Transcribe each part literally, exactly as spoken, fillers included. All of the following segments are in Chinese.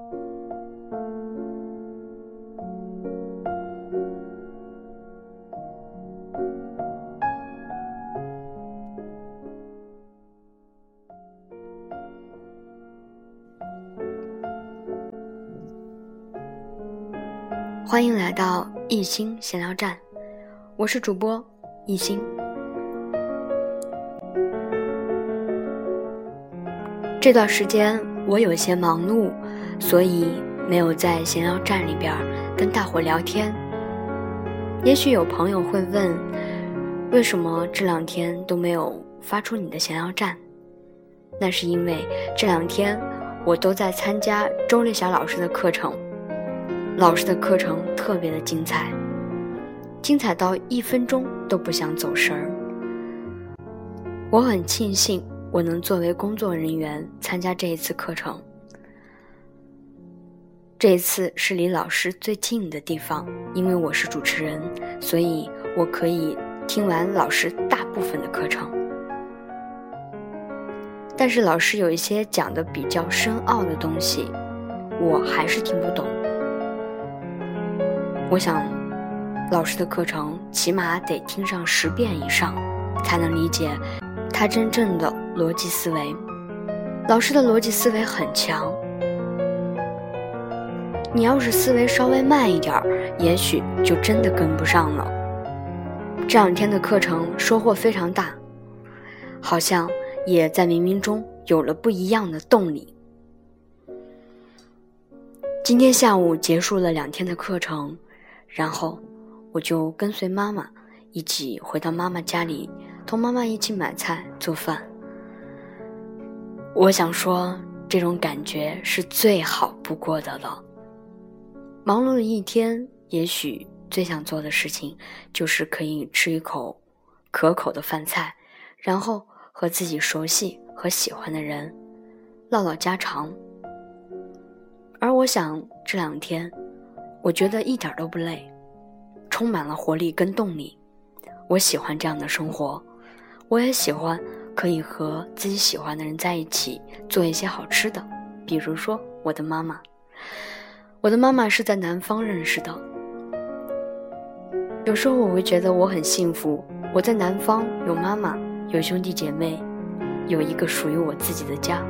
欢迎来到一心闲聊站，我是主播一心。这段时间我有些忙碌，所以没有在闲聊站里边跟大伙聊天。也许有朋友会问，为什么这两天都没有发出你的闲聊站？那是因为这两天我都在参加周丽霞老师的课程，老师的课程特别的精彩，精彩到一分钟都不想走神儿。我很庆幸我能作为工作人员参加这一次课程。这一次是离老师最近的地方，因为我是主持人，所以我可以听完老师大部分的课程。但是老师有一些讲的比较深奥的东西，我还是听不懂。我想老师的课程起码得听上十遍以上，才能理解他真正的逻辑思维。老师的逻辑思维很强，你要是思维稍微慢一点，也许就真的跟不上了。这两天的课程收获非常大，好像也在冥冥中有了不一样的动力。今天下午结束了两天的课程，然后我就跟随妈妈一起回到妈妈家里，同妈妈一起买菜做饭。我想说，这种感觉是最好不过的了。忙碌的一天，也许最想做的事情就是可以吃一口可口的饭菜，然后和自己熟悉和喜欢的人唠唠家常。而我想这两天我觉得一点都不累，充满了活力跟动力。我喜欢这样的生活，我也喜欢可以和自己喜欢的人在一起做一些好吃的，比如说我的妈妈。我的妈妈是在南方认识的，有时候我会觉得我很幸福，我在南方有妈妈，有兄弟姐妹，有一个属于我自己的家。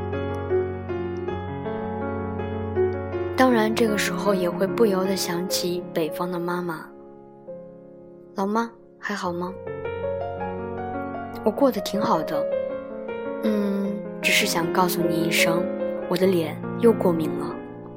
当然这个时候也会不由得想起北方的妈妈。老妈还好吗？我过得挺好的，嗯，只是想告诉你一声，我的脸又过敏了。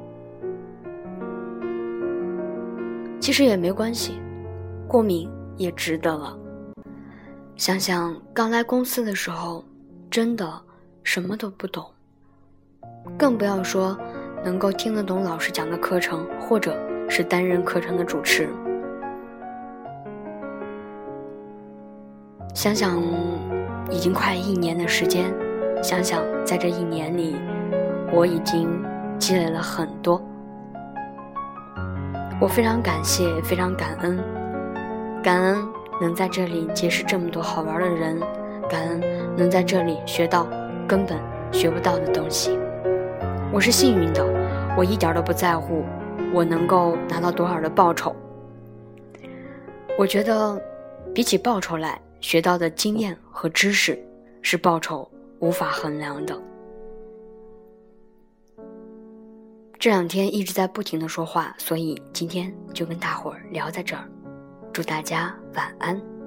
其实也没关系，过敏也值得了。想想刚来公司的时候，真的什么都不懂，更不要说能够听得懂老师讲的课程，或者是担任课程的主持。想想已经快一年的时间，想想在这一年里我已经积累了很多。我非常感谢，非常感恩，感恩能在这里结识这么多好玩的人，感恩能在这里学到根本学不到的东西。我是幸运的，我一点都不在乎我能够拿到多少的报酬。我觉得比起报酬来，学到的经验和知识是报酬无法衡量的。这两天一直在不停的说话，所以今天就跟大伙儿聊在这儿。祝大家晚安。